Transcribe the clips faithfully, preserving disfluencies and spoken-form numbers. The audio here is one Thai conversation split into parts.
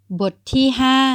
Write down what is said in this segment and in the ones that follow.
บทที่ห้า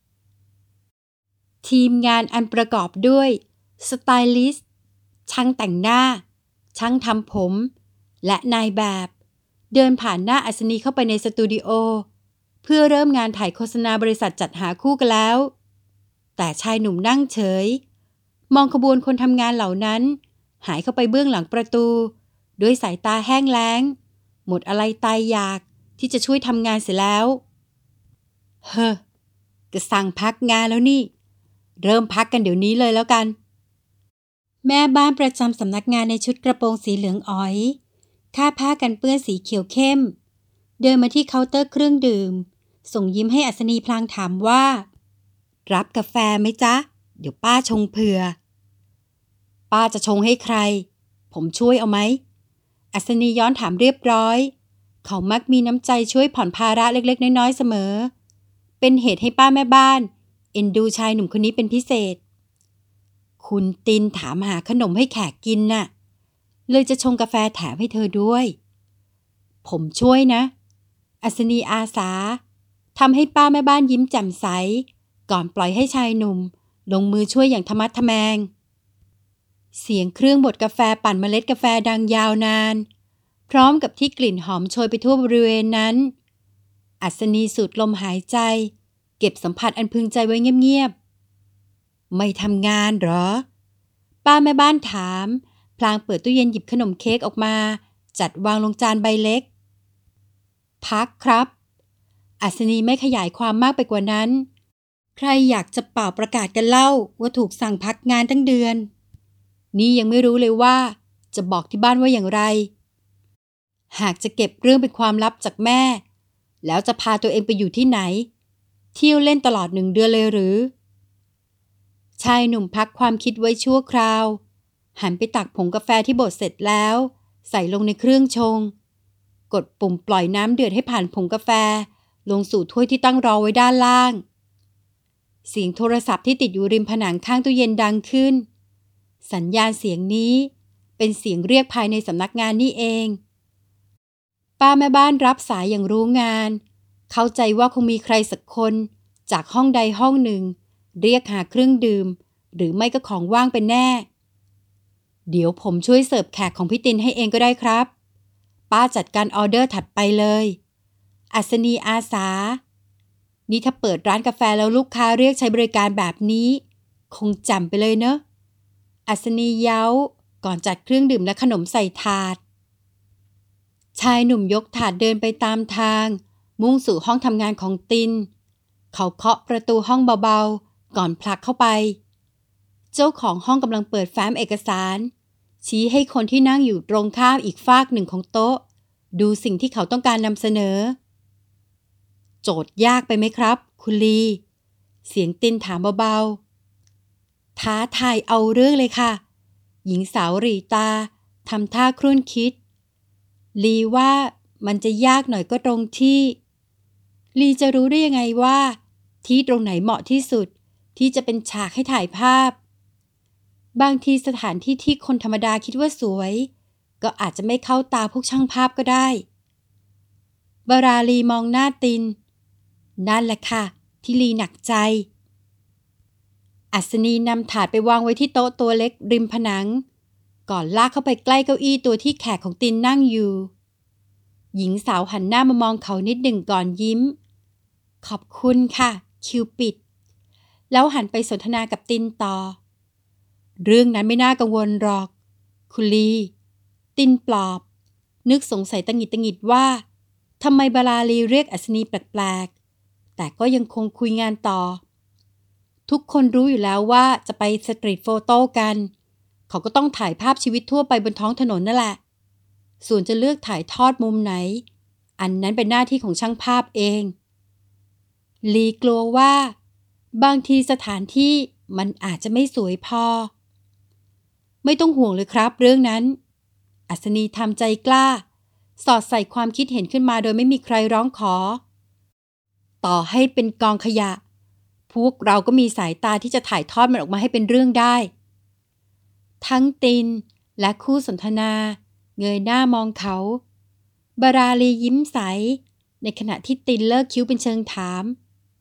ทีมงานอันประกอบด้วยสไตลิสต์ช่างแต่งหน้าช่างทำผมและนายแบบเดินผ่านหน้าอัศนีเข้าไปในสตูดิโอเพื่อเริ่มงานถ่ายโฆษณาบริษัทจัดหาคู่กันแล้วแต่ชายหนุ่มนั่งเฉยมองขบวนคนทำงานเหล่านั้นหายเข้าไปเบื้องหลังประตูด้วยสายตาแห้งแล้งหมดอะไรตายอยากที่จะช่วยทำงานเสียแล้วเฮ้อก็สั่งพักงานแล้วนี่เริ่มพักกันเดี๋ยวนี้เลยแล้วกันแม่บ้านประจำสำนักงานในชุดกระโปรงสีเหลืองอ๋อยค่าผ้ากันเปื้อนสีเขียวเข้มเดินมาที่เคาน์เตอร์เครื่องดื่มส่งยิ้มให้อัศนีพลางถามว่ารับกาแฟไหมจ๊ะเดี๋ยวป้าชงเผื่อป้าจะชงให้ใครผมช่วยเอาไหมอัศนีย้อนถามเรียบร้อยเขามักมีน้ำใจช่วยผ่อนภาระเล็กๆน้อยๆเสมอเป็นเหตุให้ป้าแม่บ้านเอ็นดูชายหนุ่มคนนี้เป็นพิเศษคุณตินถามหาขนมให้แขกกินน่ะเลยจะชงกาแฟแถมให้เธอด้วยผมช่วยนะอัศนีอาสาทำให้ป้าแม่บ้านยิ้มแจ่มใสก่อนปล่อยให้ชายหนุ่มลงมือช่วยอย่างทะมัดทะแมงเสียงเครื่องบดกาแฟปั่นเมล็ดกาแฟดังยาวนานพร้อมกับที่กลิ่นหอมโชยไปทั่วบริเวณนั้นอัศนีสูดลมหายใจเก็บสัมผัสอันพึงใจไว้เงียบๆไม่ทำงานเหรอป้าแม่บ้านถามพลางเปิดตู้เย็นหยิบขนมเค้กออกมาจัดวางลงจานใบเล็กพักครับอัศนีไม่ขยายความมากไปกว่านั้นใครอยากจะเป่าประกาศกันเล่าว่าถูกสั่งพักงานทั้งเดือนนี่ยังไม่รู้เลยว่าจะบอกที่บ้านว่าอย่างไรหากจะเก็บเรื่องเป็นความลับจากแม่แล้วจะพาตัวเองไปอยู่ที่ไหนเที่ยวเล่นตลอดหนึ่งเดือนเลยหรือชายหนุ่มพักความคิดไว้ชั่วคราวหันไปตักผงกาแฟที่บดเสร็จแล้วใส่ลงในเครื่องชงกดปุ่มปล่อยน้ำเดือดให้ผ่านผงกาแฟลงสู่ถ้วยที่ตั้งรอไว้ด้านล่างเสียงโทรศัพท์ที่ติดอยู่ริมผนังข้างตู้เย็นดังขึ้นสัญญาณเสียงนี้เป็นเสียงเรียกภายในสำนักงานนี่เองป้าแม่บ้านรับสายอย่างรู้งานเข้าใจว่าคงมีใครสักคนจากห้องใดห้องหนึ่งเรียกหาเครื่องดื่มหรือไม่ก็ของว่างเป็นแน่เดี๋ยวผมช่วยเสิร์ฟแขกของพี่ตินให้เองก็ได้ครับป้าจัดการออเดอร์ถัดไปเลยอัศนีอาสานี่ถ้าเปิดร้านกาแฟแล้วลูกค้าเรียกใช้บริการแบบนี้คงจำไปเลยเนอะอัศนีเย้าก่อนจัดเครื่องดื่มและขนมใส่ถาดชายหนุ่มยกถาดเดินไปตามทางมุ่งสู่ห้องทำงานของตินเขาเคาะประตูห้องเบาๆก่อนผลักเข้าไปเจ้าของห้องกำลังเปิดแฟ้มเอกสารชี้ให้คนที่นั่งอยู่ตรงข้ามอีกฟากหนึ่งของโต๊ะดูสิ่งที่เขาต้องการนำเสนอโจทย์ยากไปไหมครับคุณลีเสียงตินถามเบาๆท้าทายเอาเรื่องเลยค่ะหญิงสาวหรี่ตาทำท่าครุ่นคิดลีว่ามันจะยากหน่อยก็ตรงที่ลีจะรู้ได้ยังไงว่าที่ตรงไหนเหมาะที่สุดที่จะเป็นฉากให้ถ่ายภาพบางทีสถานที่ที่คนธรรมดาคิดว่าสวยก็อาจจะไม่เข้าตาพวกช่างภาพก็ได้บาราลีมองหน้าตินนั่นแหละค่ะที่ลีหนักใจอัศนีนำถาดไปวางไว้ที่โต๊ะตัวเล็กริมผนังก่อนลากเข้าไปใกล้เก้าอี้ตัวที่แขกของตินนั่งอยู่หญิงสาวหันหน้ามามองเขานิดหนึ่งก่อนยิ้มขอบคุณค่ะคิวปิดแล้วหันไปสนทนากับตินต่อเรื่องนั้นไม่น่ากังวลหรอกคุณลีตินปลอบนึกสงสัยตังหิดตังหิดว่าทำไมบาลาลีเรียกอัศนีแปลกๆแต่ก็ยังคงคุยงานต่อทุกคนรู้อยู่แล้วว่าจะไปสตรีทโฟโต้กันเขาก็ต้องถ่ายภาพชีวิตทั่วไปบนท้องถนนนั่นแหละส่วนจะเลือกถ่ายทอดมุมไหนอันนั้นเป็นหน้าที่ของช่างภาพเองลีกลัวว่าบางทีสถานที่มันอาจจะไม่สวยพอไม่ต้องห่วงเลยครับเรื่องนั้นอัศนีทำใจกล้าสอดใส่ความคิดเห็นขึ้นมาโดยไม่มีใครร้องขอต่อให้เป็นกองขยะพวกเราก็มีสายตาที่จะถ่ายทอดมันออกมาให้เป็นเรื่องได้ทั้งตินและคู่สนทนาเงยหน้ามองเขาบาราลียิ้มใสในขณะที่ตินเลิกคิ้วเป็นเชิงถาม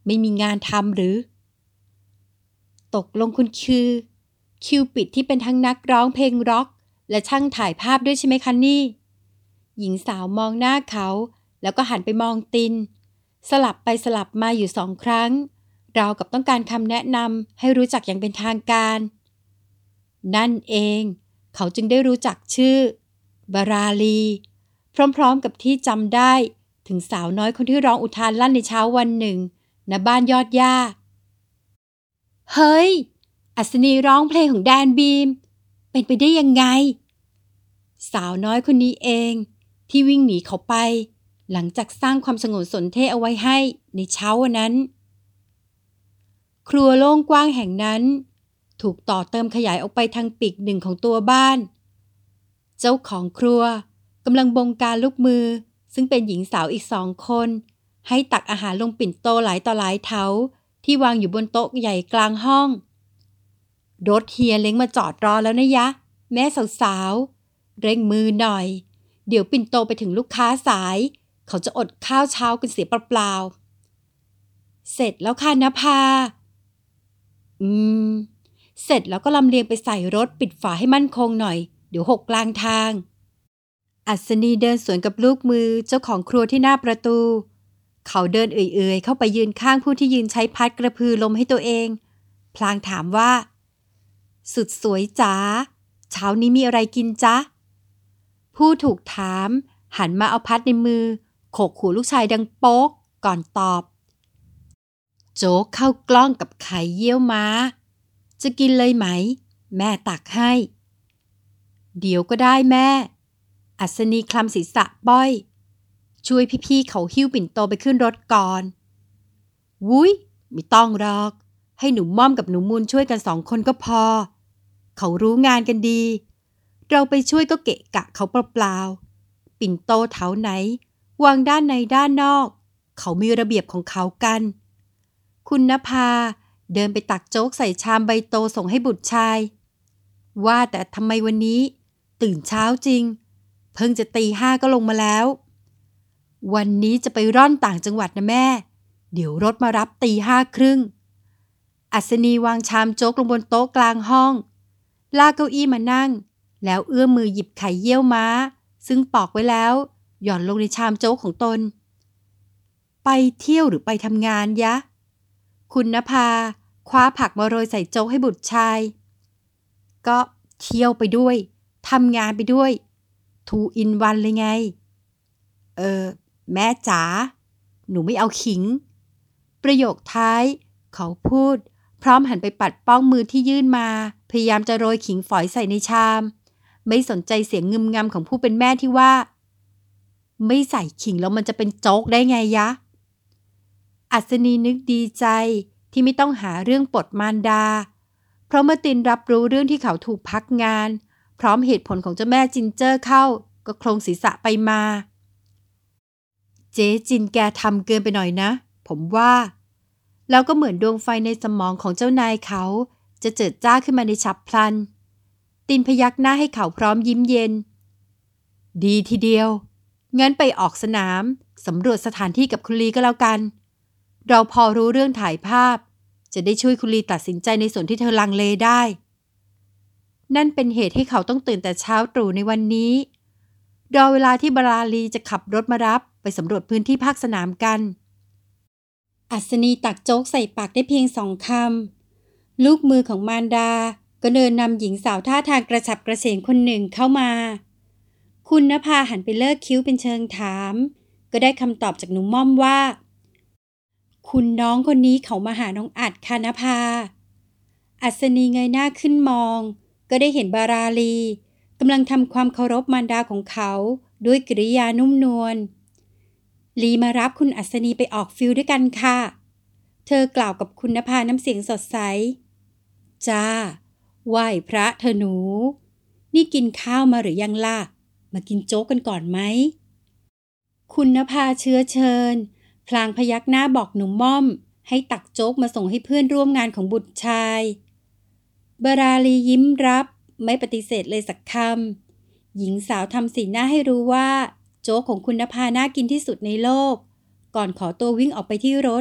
ไม่มีงานทำหรือตกลงคุณคือคิวปิดที่เป็นทั้งนักร้องเพลงร็อกและช่างถ่ายภาพด้วยใช่ไหมคะนี่หญิงสาวมองหน้าเขาแล้วก็หันไปมองตินสลับไปสลับมาอยู่สองครั้งราวกับต้องการคำแนะนำให้รู้จักอย่างเป็นทางการนั่นเองเขาจึงได้รู้จักชื่อบาราลีพร้อมๆกับที่จำได้ถึงสาวน้อยคนที่ร้องอุทานลั่นในเช้าวันหนึ่งณบ้านยอดหญ้าเฮ้ยอัศนีร้องเพลงของแดนบีมเป็นไปได้ยังไงสาวน้อยคนนี้เองที่วิ่งหนีเขาไปหลังจากสร้างความสงบสนเท่เอาไว้ให้ในเช้าวันนั้นครัวโล่งกว้างแห่งนั้นถูกต่อเติมขยายออกไปทางปีกหนึ่งของตัวบ้านเจ้าของครัวกำลังบงการลูกมือซึ่งเป็นหญิงสาวอีกสองคนให้ตักอาหารลงปิ่นโตหลายต่อหลายเถาที่วางอยู่บนโต๊ะใหญ่กลางห้องรถเฮียเล้งมาจอดรอแล้วนะยะแม่สาวๆเร่งมือหน่อยเดี๋ยวปิ่นโตไปถึงลูกค้าสายเขาจะอดข้าวเช้ากันเสียเปล่าๆเสร็จแล้วค่ะนภาอืมเสร็จแล้วก็ลำเลียงไปใส่รถปิดฝาให้มั่นคงหน่อยเดี๋ยวหกกลางทางอัศนีเดินสวนกับลูกมือเจ้าของครัวที่หน้าประตูเขาเดินเอื่อยๆเข้าไปยืนข้างผู้ที่ยืนใช้พัดกระพือลมให้ตัวเองพลางถามว่าสุดสวยจ๋าเช้านี้มีอะไรกินจ๊ะผู้ถูกถามหันมาเอาพัดในมือโขกหูลูกชายดังโป๊กก่อนตอบโจ๊กเข้ากล้องกับไข่เยี่ยวม้าจะกินเลยไหมแม่ตักให้เดี๋ยวก็ได้แม่อัศนีคลำศีรษะป้อยช่วยพี่ๆเขาหิ้วปิ่นโตไปขึ้นรถก่อนวุ้ยไม่ต้องหรอกให้หนูม่อมกับหนูมูลช่วยกันสองคนก็พอเขารู้งานกันดีเราไปช่วยก็เกะกะเขาเปล่าๆปิ่นโตเถาไหนวางด้านในด้านนอกเขามีระเบียบของเขากันคุณนภาเดินไปตักโจ๊กใส่ชามใบโตส่งให้บุตรชายว่าแต่ทำไมวันนี้ตื่นเช้าจริงเพิ่งจะตีห้าก็ลงมาแล้ววันนี้จะไปร่อนต่างจังหวัดนะแม่เดี๋ยวรถมารับตีห้าครึ่งอัศนีวางชามโจ๊กลงบนโต๊ะกลางห้องลากเก้าอี้มานั่งแล้วเอื้อมมือหยิบไข่เยี่ยวม้าซึ่งปอกไว้แล้วหย่อนลงในชามโจ๊กของตนไปเที่ยวหรือไปทำงานยะคุณนภาคว้าผักมาโรยใส่โจ๊กให้บุตรชายก็เที่ยวไปด้วยทำงานไปด้วยทูอินวันเลยไงเออแม่จ๋าหนูไม่เอาขิงประโยคท้ายเขาพูดพร้อมหันไปปัดป้องมือที่ยื่นมาพยายามจะโรยขิงฝอยใส่ในชามไม่สนใจเสียงงึมงำของผู้เป็นแม่ที่ว่าไม่ใส่ขิงแล้วมันจะเป็นโจ๊กได้ไงยะอัศนีนึกดีใจที่ไม่ต้องหาเรื่องปลดมารดาเพราะเมื่อตินรับรู้เรื่องที่เขาถูกพักงานพร้อมเหตุผลของเจ้าแม่จินเจอร์เข้าก็โคลงศีรษะไปมาเจ๊จินแกทำเกินไปหน่อยนะผมว่าแล้วก็เหมือนดวงไฟในสมองของเจ้านายเขาจะเจิดจ้าขึ้นมาในฉับพลันตินพยักหน้าให้เขาพร้อมยิ้มเย็นดีทีเดียวงั้นไปออกสนามสำรวจสถานที่กับคุณลีก็แล้วกันเราพอรู้เรื่องถ่ายภาพจะได้ช่วยคุณลีตัดสินใจในส่วนที่เธอลังเลได้นั่นเป็นเหตุให้เขาต้องตื่นแต่เช้าตรู่ในวันนี้รอเวลาที่บาราลีจะขับรถมารับไปสำรวจพื้นที่ภาคสนามกันอัศนีตักโจ๊กใส่ปากได้เพียงสองคำลูกมือของมารดาก็เดินนำหญิงสาวท่าทางกระฉับกระเฉงคนหนึ่งเข้ามาคุณนภาหันไปเลิกคิ้วเป็นเชิงถามก็ได้คำตอบจากหนูม่อมว่าคุณน้องคนนี้เขามาหาน้องอัดค่ะนภาอัศนีเงยหน้าขึ้นมองก็ได้เห็นบาราลีกำลังทำความเคารพมารดาของเขาด้วยกริยานุ่มนวลลีมารับคุณอัศนีไปออกฟิลด้วยกันค่ะเธอกล่าวกับคุณนภาน้ำเสียงสดใสจ้าไหว้พระเธอหนูนี่กินข้าวมาหรือยังล่ะมากินโจ๊กกันก่อนไหมคุณนภาเชื้อเชิญพลางพยักหน้าบอกหนุ่มม่อมให้ตักโจ๊กมาส่งให้เพื่อนร่วมงานของบุตรชายบาราลียิ้มรับไม่ปฏิเสธเลยสักคำหญิงสาวทำสีหน้าให้รู้ว่าโจ๊กของคุณนภาน่ากินที่สุดในโลกก่อนขอตัววิ่งออกไปที่รถ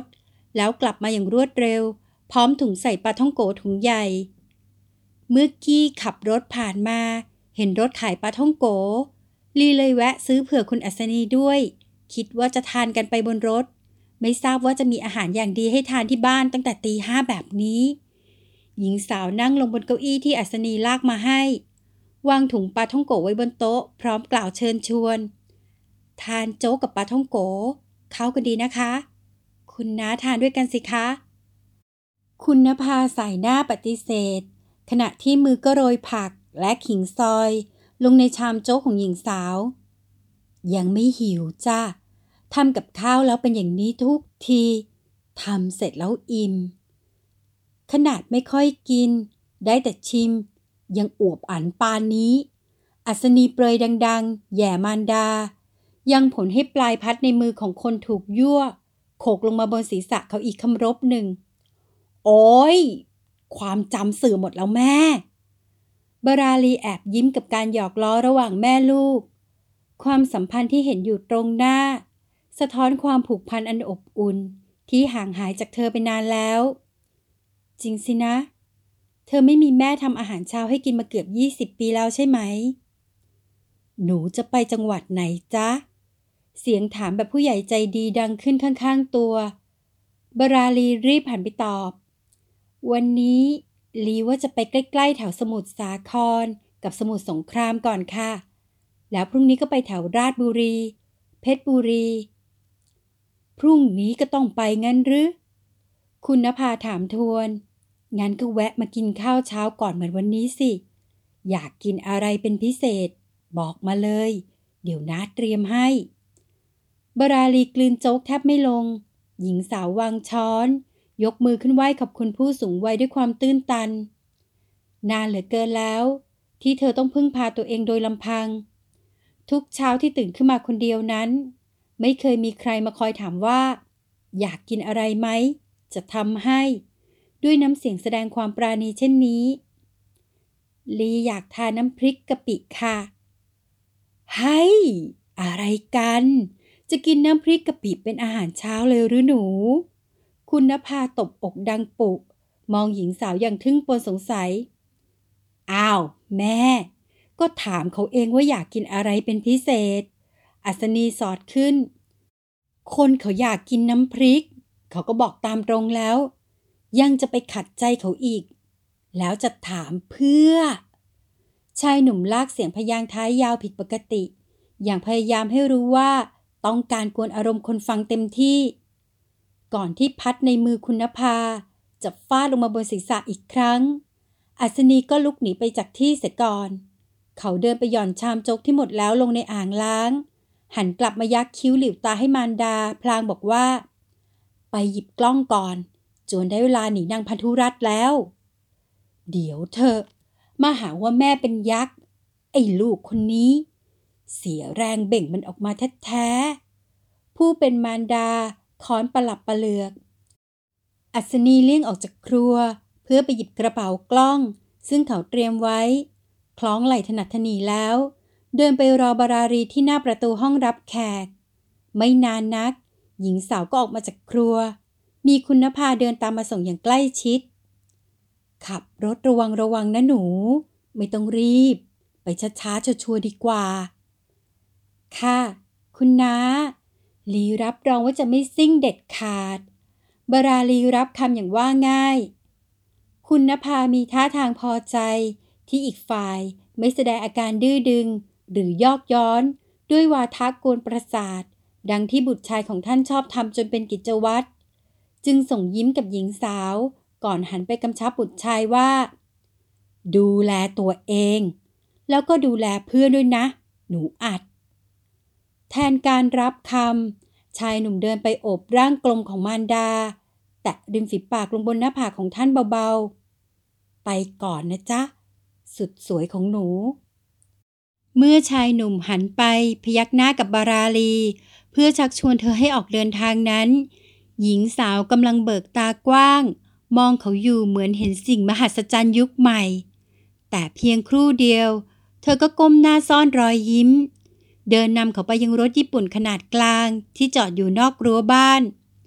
แล้วกลับมาอย่างรวดเร็วพร้อมถุงใส่ปลาท่องโกถุงใหญ่เมื่อกี้ขับรถผ่านมาเห็นรถขายปลาท่องโกลีเลยแวะซื้อเผื่อคุณอัศนีด้วยคิดว่าจะทานกันไปบนรถไม่ทราบว่าจะมีอาหารอย่างดีให้ทานที่บ้านตั้งแต่ตีห้าแบบนี้หญิงสาวนั่งลงบนเก้าอี้ที่อัศนีลากมาให้วางถุงปลาท่องโกไว้บนโต๊ะพร้อมกล่าวเชิญชวนทานโจ๊กกับปลาท่องโกเข้ากันดีนะคะคุณน้าทานด้วยกันสิคะคุณนภาสายหน้าปฏิเสธขณะที่มือก็โรยผักและขิงซอยลงในชามโจ๊กของหญิงสาวยังไม่หิวจ้าทำกับข้าวแล้วเป็นอย่างนี้ทุกทีทำเสร็จแล้วอิ่มขนาดไม่ค่อยกินได้แต่ชิมยังอวบอันปานนี้อัศนีเปรยดังๆแย่มารดายังผลให้ปลายพัดในมือของคนถูกยั่วโขกลงมาบนศีรษะเขาอีกคำรบหนึ่งโอ้ยความจำเสื่อมหมดแล้วแม่บราลีแอบยิ้มกับการหยอกล้อระหว่างแม่ลูกความสัมพันธ์ที่เห็นอยู่ตรงหน้าสะท้อนความผูกพันอันอบอุ่นที่ห่างหายจากเธอไปนานแล้วจริงสินะเธอไม่มีแม่ทำอาหารเช้าให้กินมาเกือบยี่สิบปีแล้วใช่ไหมหนูจะไปจังหวัดไหนจ๊ะเสียงถามแบบผู้ใหญ่ใจดีดังขึ้นข้างๆตัวบราลีรีบหันไปตอบวันนี้ลีว่าจะไปใกล้ๆแถวสมุทรสาครกับสมุทรสงครามก่อนค่ะแล้วพรุ่งนี้ก็ไปแถวราชบุรีเพชรบุรีพรุ่งนี้ก็ต้องไปงั้นหรือคุณณภาถามทวนงั้นก็แวะมากินข้าวเช้าก่อนเหมือนวันนี้สิอยากกินอะไรเป็นพิเศษบอกมาเลยเดี๋ยวน้าเตรียมให้บราลีกลืนโจ๊กแทบไม่ลงหญิงสาววางช้อนยกมือขึ้นไหว้ขอบคุณผู้สูงวัยด้วยความตื้นตันนานเหลือเกินแล้วที่เธอต้องพึ่งพาตัวเองโดยลำพังทุกเช้าที่ตื่นขึ้นมาคนเดียวนั้นไม่เคยมีใครมาคอยถามว่าอยากกินอะไรไหมจะทำให้ด้วยน้ำเสียงแสดงความปราณีเช่นนี้ลีอยากทานน้ำพริกกะปิค่ะให้อะไรกันจะกินน้ำพริกกะปิเป็นอาหารเช้าเลยหรือหนูคุณณภาตบอกดังปุกมองหญิงสาวอย่างทึ่งปนสงสัยอ้าวแม่ก็ถามเขาเองว่าอยากกินอะไรเป็นพิเศษอัศนีสอดขึ้นคนเขาอยากกินน้ำพริกเขาก็บอกตามตรงแล้วยังจะไปขัดใจเขาอีกแล้วจะถามเพื่อชายหนุ่มลากเสียงพยางค์ท้ายยาวผิดปกติอย่างพยายามให้รู้ว่าต้องการกวนอารมณ์คนฟังเต็มที่ก่อนที่พัดในมือคุณณภาจะฟาดลงมาบนศีรษะอีกครั้งอัศนีก็ลุกหนีไปจากที่เสียก่อนเขาเดินไปหย่อนชามโจ๊กที่หมดแล้วลงในอ่างล้างหันกลับมายักคิ้วหลิวตาให้มารดาพลางบอกว่าไปหยิบกล้องก่อนจนได้เวลาหนีนางพันธุรัตน์แล้วเดี๋ยวเธอมาหาว่าแม่เป็นยักษ์ไอ้ลูกคนนี้เสียแรงเบ่งมันออกมาแท้ๆผู้เป็นมารดาค้อนประหลับประเลือกอัศนีเลี่ยงออกจากครัวเพื่อไปหยิบกระเป๋ากล้องซึ่งเขาเตรียมไว้คล้องไหล่ถนัดถนีแล้วเดินไปรอบารารีที่หน้าประตูห้องรับแขกไม่นานนักหญิงสาวก็ออกมาจากครัวมีคุณณภาเดินตามมาส่งอย่างใกล้ชิดขับรถระวังระวังนะหนูไม่ต้องรีบไปช้าๆชัวร์ๆดีกว่าค่ะคุณน้าลีรับรองว่าจะไม่ซิ่งเด็ดขาดบราลีรับคำอย่างว่าง่ายคุณณภามีท่าทางพอใจที่อีกฝ่ายไม่แสดงอาการดื้อดึงหรือยอกย้อนด้วยวาทะกวนประสาทดังที่บุตรชายของท่านชอบทำจนเป็นกิจวัตรจึงส่งยิ้มกับหญิงสาวก่อนหันไปกำชับบุตรชายว่าดูแลตัวเองแล้วก็ดูแลเพื่อนด้วยนะหนูอัดแทนการรับคำชายหนุ่มเดินไปโอบร่างกลมของมารดาแตะริมฝีปากลงบนหน้าผากของท่านเบาๆไปก่อนนะจ๊ะสุดสวยของหนูเมื่อชายหนุ่มหันไปพยักหน้ากับบาราลีเพื่อชักชวนเธอให้ออกเดินทางนั้นหญิงสาวกำลังเบิกตากว้างมองเขาอยู่เหมือนเห็นสิ่งมหัศจรรย์ยุคใหม่แต่เพียงครู่เดียวเธอก็ก้มหน้าซ่อนรอยยิ้มเดินนำเขาไปยังรถญี่ปุ่นขนาดกลางที่จอดอยู่นอกรั้วบ้าน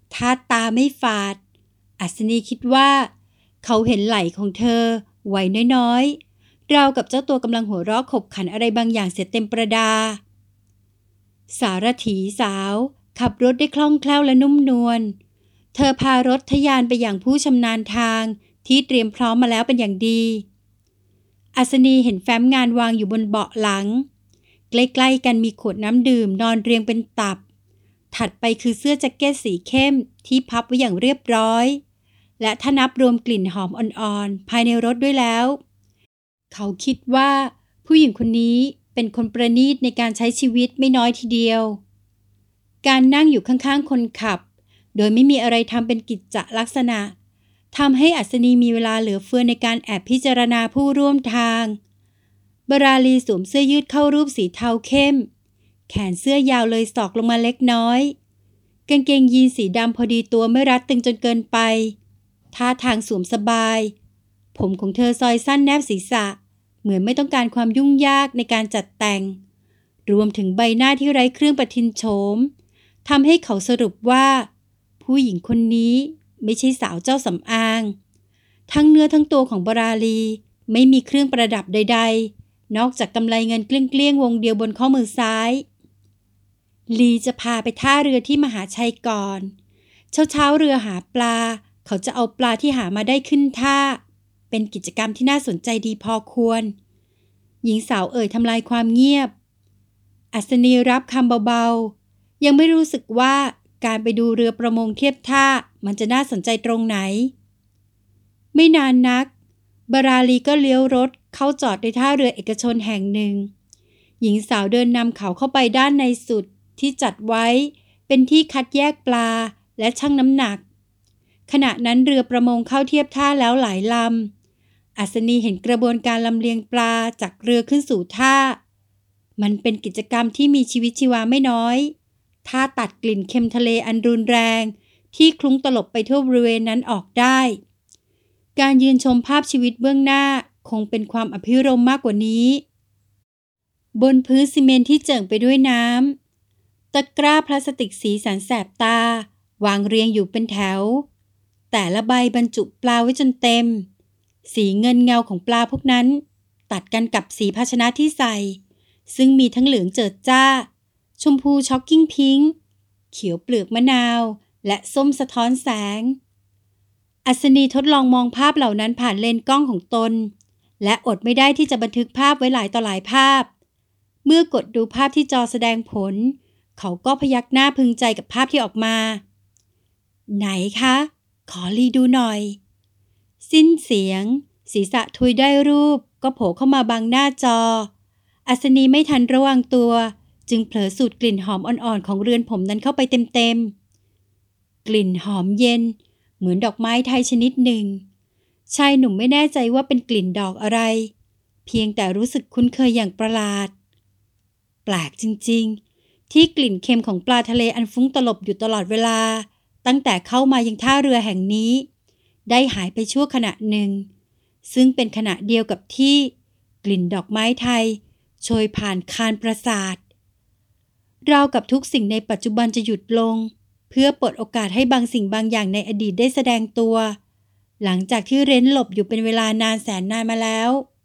ท่าตาไม่ฝาดอัศนีคิดว่าเขาเห็นไหล่ของเธอไหวน้อยๆราวกับเจ้าตัวกำลังหัวเราะขบขันอะไรบางอย่างเสียเต็มประดาสารถีสาวขับรถได้คล่องแคล่วและนุ่มนวลเธอพารถทะยานไปอย่างผู้ชำนาญทางที่เตรียมพร้อมมาแล้วเป็นอย่างดีอัศนีเห็นแฟ้มงานวางอยู่บนเบาะหลังใกล้ๆกันมีขวดน้ำดื่มนอนเรียงเป็นตับถัดไปคือเสื้อแจ็คเก็ตสีเข้มที่พับไว้อย่างเรียบร้อยและถ้านับรวมกลิ่นหอมอ่อนๆภายในรถด้วยแล้วเขาคิดว่าผู้หญิงคนนี้เป็นคนประณีตในการใช้ชีวิตไม่น้อยทีเดียวการนั่งอยู่ข้างๆคนขับโดยไม่มีอะไรทำเป็นกิจจลักษณะทำให้อัศนีมีเวลาเหลือเฟือในการแอบพิจารณาผู้ร่วมทางบราลีสวมเสื้อยืดเข้ารูปสีเทาเข้มแขนเสื้อยาวเลยศอกลงมาเล็กน้อยกางเกงยีนสีดำพอดีตัวไม่รัดตึงจนเกินไปท่าทางสวมสบายผมของเธอซอยสั้นแนบศีรษะเหมือนไม่ต้องการความยุ่งยากในการจัดแต่งรวมถึงใบหน้าที่ไร้เครื่องประทินโฉมทำให้เขาสรุปว่าผู้หญิงคนนี้ไม่ใช่สาวเจ้าสำอางทั้งเนื้อทั้งตัวของบราลีไม่มีเครื่องประดับใดๆนอกจากกำไลเงินเกลี้ยงๆวงเดียวบนข้อมือซ้ายลีจะพาไปท่าเรือที่มหาชัยก่อนเช้าเช้าเรือหาปลาเขาจะเอาปลาที่หามาได้ขึ้นท่าเป็นกิจกรรมที่น่าสนใจดีพอควรหญิงสาวเอ่ยทำลายความเงียบอัศนีรับคำเบาๆยังไม่รู้สึกว่าการไปดูเรือประมงเทียบท่ามันจะน่าสนใจตรงไหนไม่นานนักบราลีก็เลี้ยวรถเข้าจอดในท่าเรือเอกชนแห่งหนึ่งหญิงสาวเดินนำเขาเข้าไปด้านในสุดที่จัดไว้เป็นที่คัดแยกปลาและชั่งน้ำหนักขณะนั้นเรือประมงเข้าเทียบท่าแล้วหลายลำอัศนีเห็นกระบวนการลำเลียงปลาจากเรือขึ้นสู่ท่ามันเป็นกิจกรรมที่มีชีวิตชีวาไม่น้อยท่าตัดกลิ่นเค็มทะเลอันรุนแรงที่คลุ้งตลบไปทั่วบริเวณนั้นออกได้การยืนชมภาพชีวิตเบื้องหน้าคงเป็นความอภิรมย์มากกว่านี้บนพื้นซีเมนต์ที่เจิ่งไปด้วยน้ำตะกร้าพลาสติกสีสันแสบตาวางเรียงอยู่เป็นแถวแต่ละใบบรรจุปลาไว้จนเต็มสีเงินเงาของปลาพวกนั้นตัดกันกับสีภาชนะที่ใส่ซึ่งมีทั้งเหลืองเจิดจ้าชมพูช็อกกิ้งพิงค์เขียวเปลือกมะนาวและส้มสะท้อนแสงอัศนีทดลองมองภาพเหล่านั้นผ่านเลนส์กล้องของตนและอดไม่ได้ที่จะบันทึกภาพไว้หลายต่อหลายภาพเมื่อกดดูภาพที่จอแสดงผลเขาก็พยักหน้าพึงใจกับภาพที่ออกมาไหนคะขอรีดูหน่อยสิ้นเสียงศีรษะทุยได้รูปก็โผล่เข้ามาบังหน้าจออัศนีไม่ทันระวังตัวจึงเผลอสูดกลิ่นหอมอ่อนๆของเรือนผมนั้นเข้าไปเต็มๆกลิ่นหอมเย็นเหมือนดอกไม้ไทยชนิดหนึ่งชายหนุ่มไม่แน่ใจว่าเป็นกลิ่นดอกอะไรเพียงแต่รู้สึกคุ้นเคยอย่างประหลาดแปลกจริงๆที่กลิ่นเค็มของปลาทะเลอันฟุ้งตลบอยู่ตลอดเวลาตั้งแต่เข้ามายังท่าเรือแห่งนี้ได้หายไปชั่วขณะหนึ่งซึ่งเป็นขณะเดียวกับที่กลิ่นดอกไม้ไทยโชยผ่านคานประสาทราวกับทุกสิ่งในปัจจุบันจะหยุดลงเพื่อเปิดโอกาสให้บางสิ่งบางอย่างในอดีตได้แสดงตัวหลังจากที่เร้นหลบอยู่เป็นเวลานานแสนนานมาแล้ว